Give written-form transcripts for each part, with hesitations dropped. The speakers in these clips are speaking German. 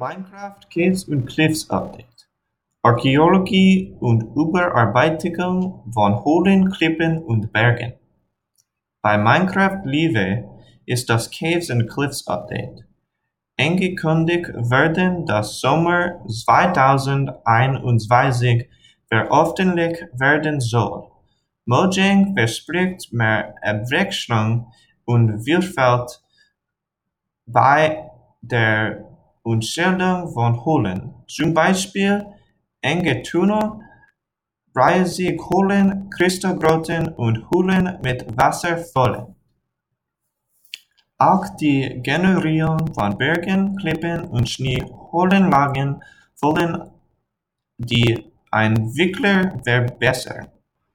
Minecraft Caves und Cliffs Update. Archäologie und Überarbeitung von Höhlen, Klippen und Bergen. Bei Minecraft Live ist das Caves and Cliffs Update. Angekündigt werden das Sommer 2021 veröffentlicht werden soll. Mojang verspricht mehr Abwechslung und Vielfalt bei der Umstellung von Höhlen, zum Beispiel enge Tunnel, Reisighohlen, Kristallgrotten und Höhlen mit Wasserfällen. Auch die Generierung von Bergen, Klippen und Schneehöhlenlagen wollen die Entwickler verbessern.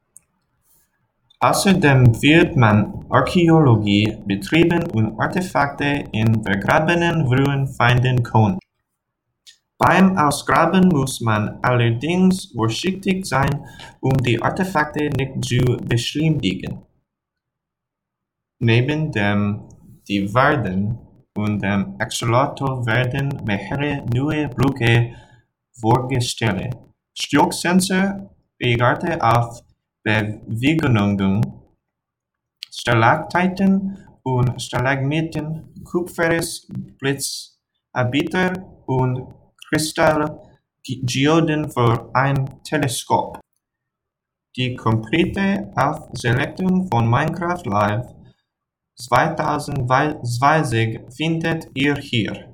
Außerdem wird man Archäologie betreiben und Artefakte in vergrabenen Ruinen finden können. Beim Ausgraben muss man allerdings vorsichtig sein, um die Artefakte nicht zu beschädigen. Neben dem Diverden und dem Axolotl werden mehrere neue Blöcke vorgestellt. Stocksensor reagierte auf Bewegungen, Stalaktiten und Stalagmiten, kupferes Blitzableiter und Kristallgeoden für ein Teleskop. Die komplette Aufzeichnung von Minecraft Live 2020 findet ihr hier.